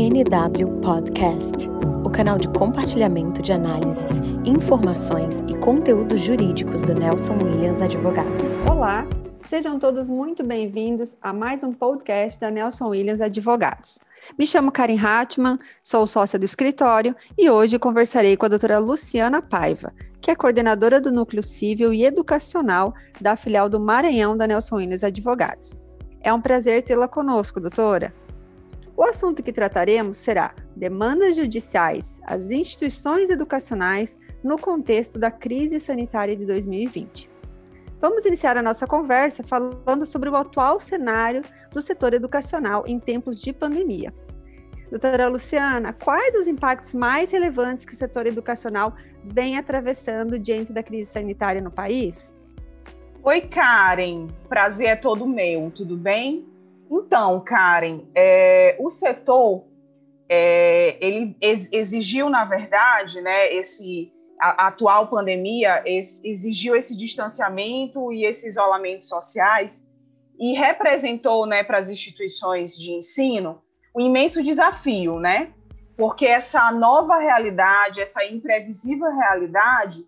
NW Podcast, o canal de compartilhamento de análises, informações e conteúdos jurídicos do Nelson Williams Advogados. Olá, sejam todos muito bem-vindos a mais um podcast da Nelson Williams Advogados. Me chamo Karen Hartmann, sou sócia do escritório e hoje conversarei com a doutora Luciana Paiva, que é coordenadora do Núcleo Civil e Educacional da filial do Maranhão da Nelson Williams Advogados. É um prazer tê-la conosco, doutora. O assunto que trataremos será demandas judiciais às instituições educacionais no contexto da crise sanitária de 2020. Vamos iniciar a nossa conversa falando sobre o atual cenário do setor educacional em tempos de pandemia. Doutora Luciana, quais os impactos mais relevantes que o setor educacional vem atravessando diante da crise sanitária no país? Oi, Karen. Prazer é todo meu, tudo bem? Então, Karen, o setor, ele exigiu, na verdade, né, a atual pandemia exigiu esse distanciamento e esse isolamento sociais e representou, né, para as instituições de ensino um imenso desafio, né? Porque essa nova realidade, essa imprevisível realidade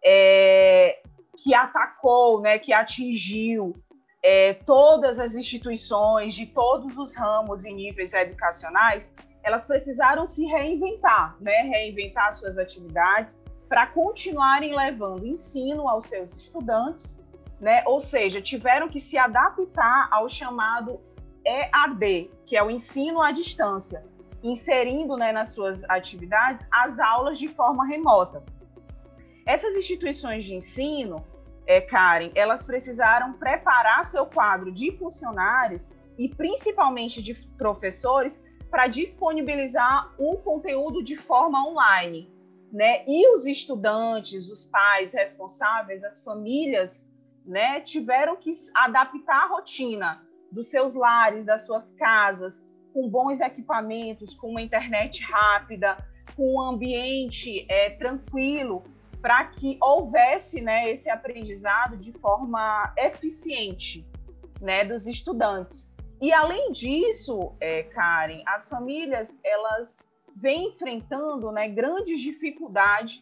que atacou, né, que atingiu todas as instituições de todos os ramos e níveis educacionais, elas precisaram se reinventar, né? Reinventar suas atividades para continuarem levando ensino aos seus estudantes, né? Ou seja, tiveram que se adaptar ao chamado EAD, que é o ensino à distância, inserindo, né, nas suas atividades as aulas de forma remota. Essas instituições de ensino, Karen, elas precisaram preparar seu quadro de funcionários e principalmente de professores para disponibilizar o conteúdo de forma online, né? E os estudantes, os pais responsáveis, as famílias, né, tiveram que adaptar a rotina dos seus lares, das suas casas, com bons equipamentos, com uma internet rápida, com um ambiente tranquilo, para que houvesse, né, esse aprendizado de forma eficiente, né, dos estudantes. E, além disso, Karen, as famílias elas vêm enfrentando, né, grandes dificuldades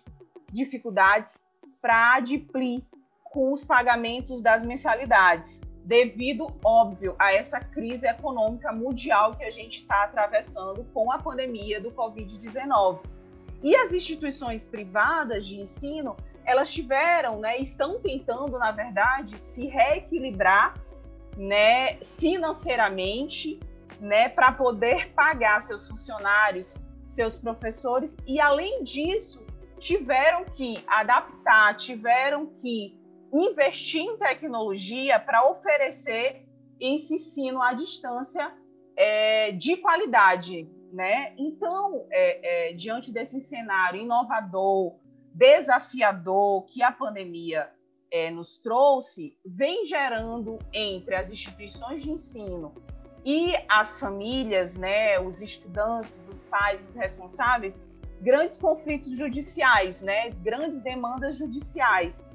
para adiplir com os pagamentos das mensalidades, devido, óbvio, a essa crise econômica mundial que a gente está atravessando com a pandemia do Covid-19. E as instituições privadas de ensino, elas tiveram, né, estão tentando, na verdade, se reequilibrar, né, financeiramente, né, para poder pagar seus funcionários, seus professores, e, além disso, tiveram que adaptar, tiveram que investir em tecnologia para oferecer esse ensino à distância de qualidade, né? Então, diante desse cenário inovador, desafiador que a pandemia nos trouxe, vem gerando entre as instituições de ensino e as famílias, né, os estudantes, os pais, os responsáveis, grandes conflitos judiciais, né, grandes demandas judiciais.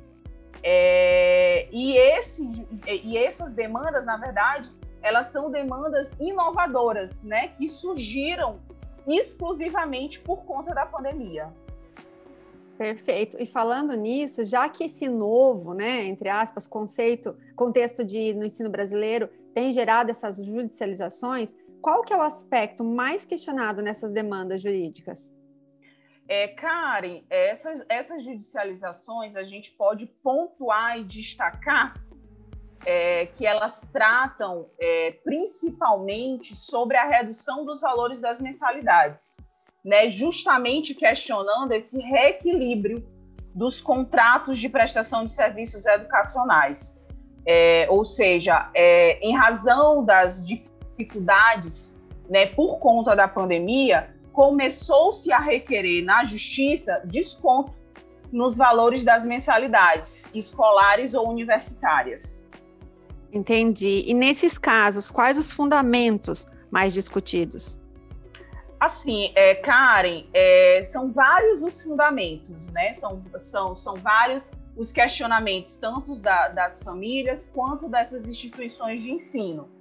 E essas demandas, na verdade, elas são demandas inovadoras, né, que surgiram exclusivamente por conta da pandemia. Perfeito. E falando nisso, já que esse novo, né, entre aspas, contexto no ensino brasileiro tem gerado essas judicializações, qual que é o aspecto mais questionado nessas demandas jurídicas? Karen, essas judicializações a gente pode pontuar e destacar que elas tratam principalmente sobre a redução dos valores das mensalidades, né? Justamente questionando esse reequilíbrio dos contratos de prestação de serviços educacionais. Ou seja, em razão das dificuldades, né, por conta da pandemia, começou-se a requerer na Justiça desconto nos valores das mensalidades escolares ou universitárias. Entendi. E nesses casos, quais os fundamentos mais discutidos? Assim, Karen, são vários os fundamentos, né? São vários os questionamentos, tanto das famílias quanto dessas instituições de ensino.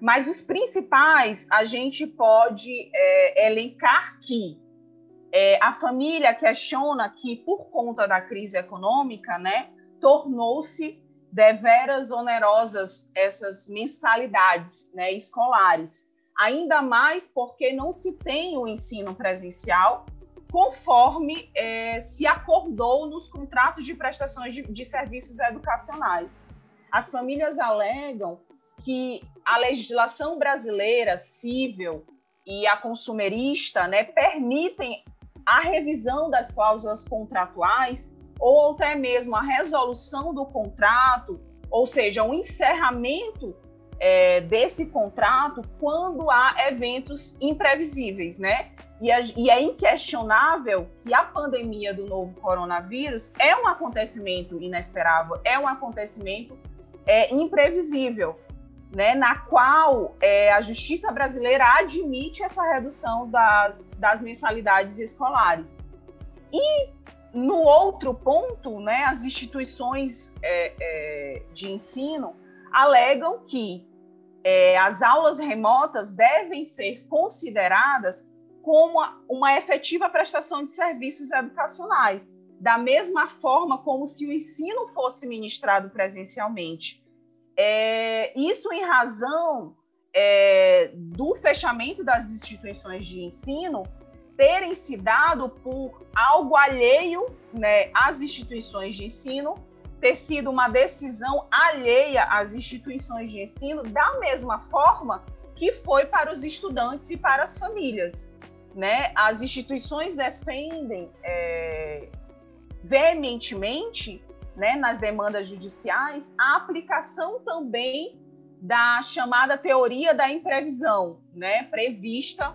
Mas os principais, a gente pode elencar que a família questiona que, por conta da crise econômica, né, tornou-se deveras onerosas essas mensalidades, né, escolares. Ainda mais porque não se tem o ensino presencial conforme se acordou nos contratos de prestações de serviços educacionais. As famílias alegam que a legislação brasileira civil e a consumerista, né, permitem a revisão das cláusulas contratuais ou até mesmo a resolução do contrato, ou seja, o encerramento desse contrato quando há eventos imprevisíveis, né? E é inquestionável que a pandemia do novo coronavírus é um acontecimento inesperável, é um acontecimento imprevisível, né? Na qual a justiça brasileira admite essa redução das mensalidades escolares. E, no outro ponto, né, as instituições de ensino alegam que as aulas remotas devem ser consideradas como uma efetiva prestação de serviços educacionais, da mesma forma como se o ensino fosse ministrado presencialmente. Isso em razão do fechamento das instituições de ensino terem se dado por algo alheio, né, às instituições de ensino, ter sido uma decisão alheia às instituições de ensino, da mesma forma que foi para os estudantes e para as famílias, né? As instituições defendem veementemente, né, nas demandas judiciais, a aplicação também da chamada teoria da imprevisão, né, prevista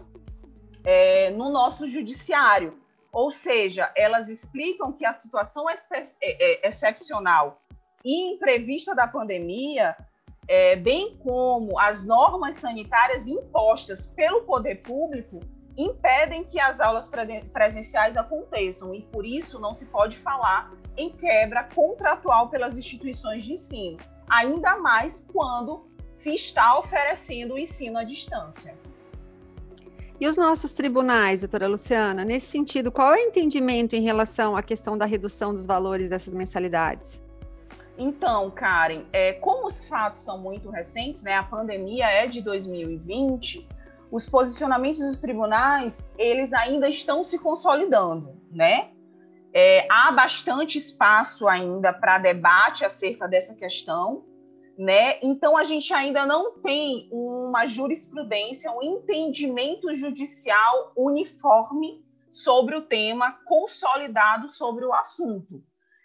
no nosso judiciário. Ou seja, elas explicam que a situação excepcional e imprevista da pandemia, bem como as normas sanitárias impostas pelo poder público, impedem que as aulas presenciais aconteçam, e por isso não se pode falar em quebra contratual pelas instituições de ensino, ainda mais quando se está oferecendo o ensino à distância. E os nossos tribunais, doutora Luciana, nesse sentido, qual é o entendimento em relação à questão da redução dos valores dessas mensalidades? Então, Karen, como os fatos são muito recentes, né, a pandemia é de 2020, os posicionamentos dos tribunais, eles ainda estão se consolidando, né? Há bastante espaço ainda para debate acerca dessa questão, né? Então, a gente ainda não tem uma jurisprudência, um entendimento judicial uniforme sobre o tema, consolidado sobre o assunto.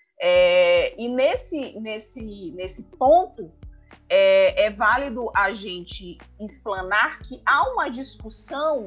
E nesse ponto, é válido a gente explanar que há uma discussão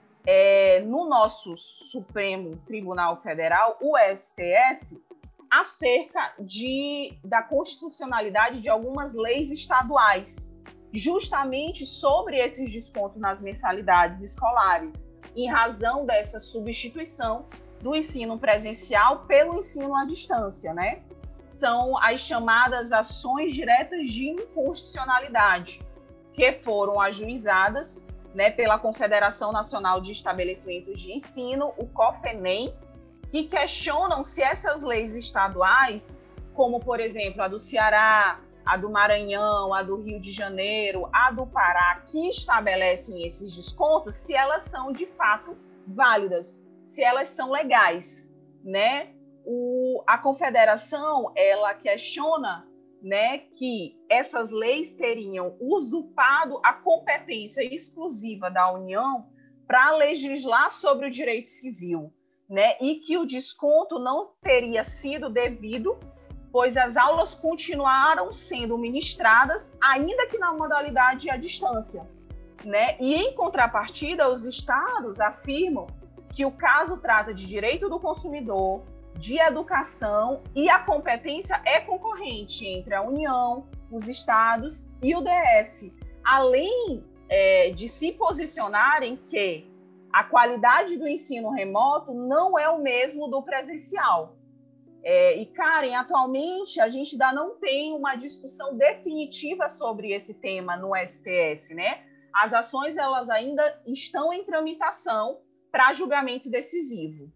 no nosso Supremo Tribunal Federal, o STF, acerca da constitucionalidade de algumas leis estaduais, justamente sobre esses descontos nas mensalidades escolares, em razão dessa substituição do ensino presencial pelo ensino à distância, né? São as chamadas ações diretas de inconstitucionalidade, que foram ajuizadas, né, pela Confederação Nacional de Estabelecimentos de Ensino, o COFENEM, que questionam se essas leis estaduais, como, por exemplo, a do Ceará, a do Maranhão, a do Rio de Janeiro, a do Pará, que estabelecem esses descontos, se elas são, de fato, válidas, se elas são legais, né? A Confederação, ela questiona, né, que essas leis teriam usurpado a competência exclusiva da União para legislar sobre o direito civil, né, e que o desconto não teria sido devido, pois as aulas continuaram sendo ministradas, ainda que na modalidade à distância, né? E, em contrapartida, os estados afirmam que o caso trata de direito do consumidor, de educação, e a competência é concorrente entre a União, os estados e o DF, além de se posicionarem que a qualidade do ensino remoto não é o mesmo do presencial. E, Karen, atualmente a gente ainda não tem uma discussão definitiva sobre esse tema no STF, né? as ações elas ainda estão em tramitação para julgamento decisivo.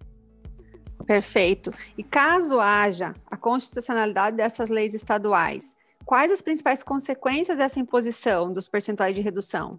Perfeito. E caso haja a constitucionalidade dessas leis estaduais, quais as principais consequências dessa imposição dos percentuais de redução?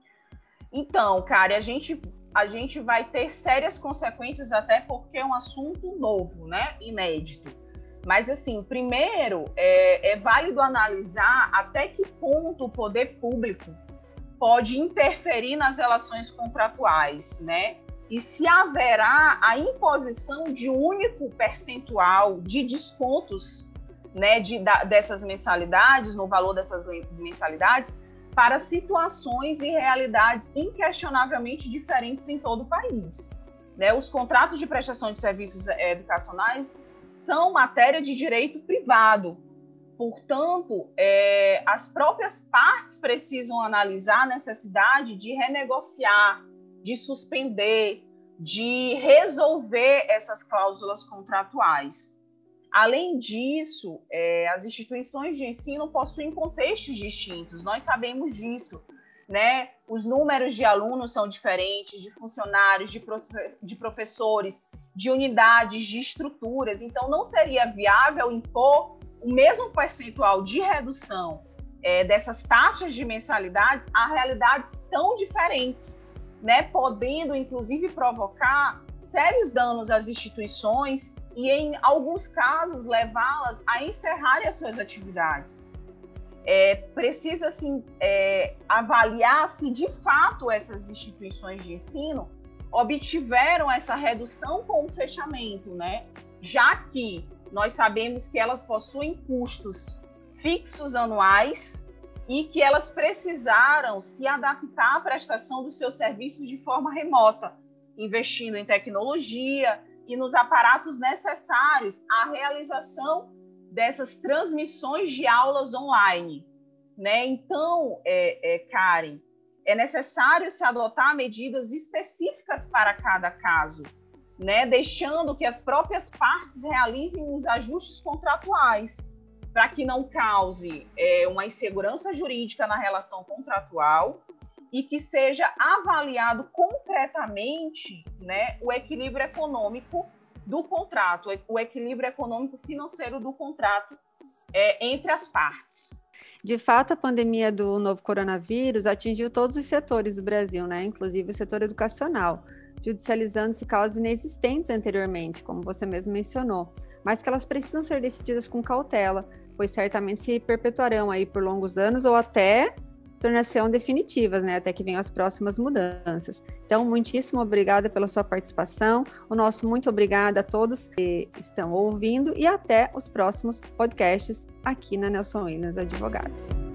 Então, Karen, a gente vai ter sérias consequências, até porque é um assunto novo, né? Inédito. Mas, assim, primeiro, é válido analisar até que ponto o poder público pode interferir nas relações contratuais, né? E se haverá a imposição de único percentual de descontos, né, dessas mensalidades, no valor dessas mensalidades, para situações e realidades inquestionavelmente diferentes em todo o país. Né? Os contratos de prestação de serviços educacionais são matéria de direito privado. Portanto, as próprias partes precisam analisar a necessidade de renegociar, de suspender, de resolver essas cláusulas contratuais. Além disso, as instituições de ensino possuem contextos distintos, nós sabemos disso, né? Os números de alunos são diferentes, de funcionários, de professores, de unidades, de estruturas, então não seria viável impor o mesmo percentual de redução dessas taxas de mensalidades a realidades tão diferentes, né? Podendo, inclusive, provocar sérios danos às instituições e, em alguns casos, levá-las a encerrarem as suas atividades. Precisa, assim, avaliar se, de fato, essas instituições de ensino obtiveram essa redução com o fechamento, né? Já que nós sabemos que elas possuem custos fixos anuais e que elas precisaram se adaptar à prestação dos seus serviços de forma remota, investindo em tecnologia e nos aparatos necessários à realização dessas transmissões de aulas online, né? Então, Karen, é necessário se adotar medidas específicas para cada caso, né? Deixando que as próprias partes realizem os ajustes contratuais, para que não cause uma insegurança jurídica na relação contratual e que seja avaliado concretamente, né, o equilíbrio econômico do contrato, o equilíbrio econômico-financeiro do contrato entre as partes. De fato, a pandemia do novo coronavírus atingiu todos os setores do Brasil, né, inclusive o setor educacional, judicializando-se causas inexistentes anteriormente, como você mesmo mencionou, mas que elas precisam ser decididas com cautela, pois certamente se perpetuarão aí por longos anos ou até tornar-se definitivas, né, até que venham as próximas mudanças. Então, muitíssimo obrigada pela sua participação, o nosso muito obrigada a todos que estão ouvindo e até os próximos podcasts aqui na Nelson Williams Advogados.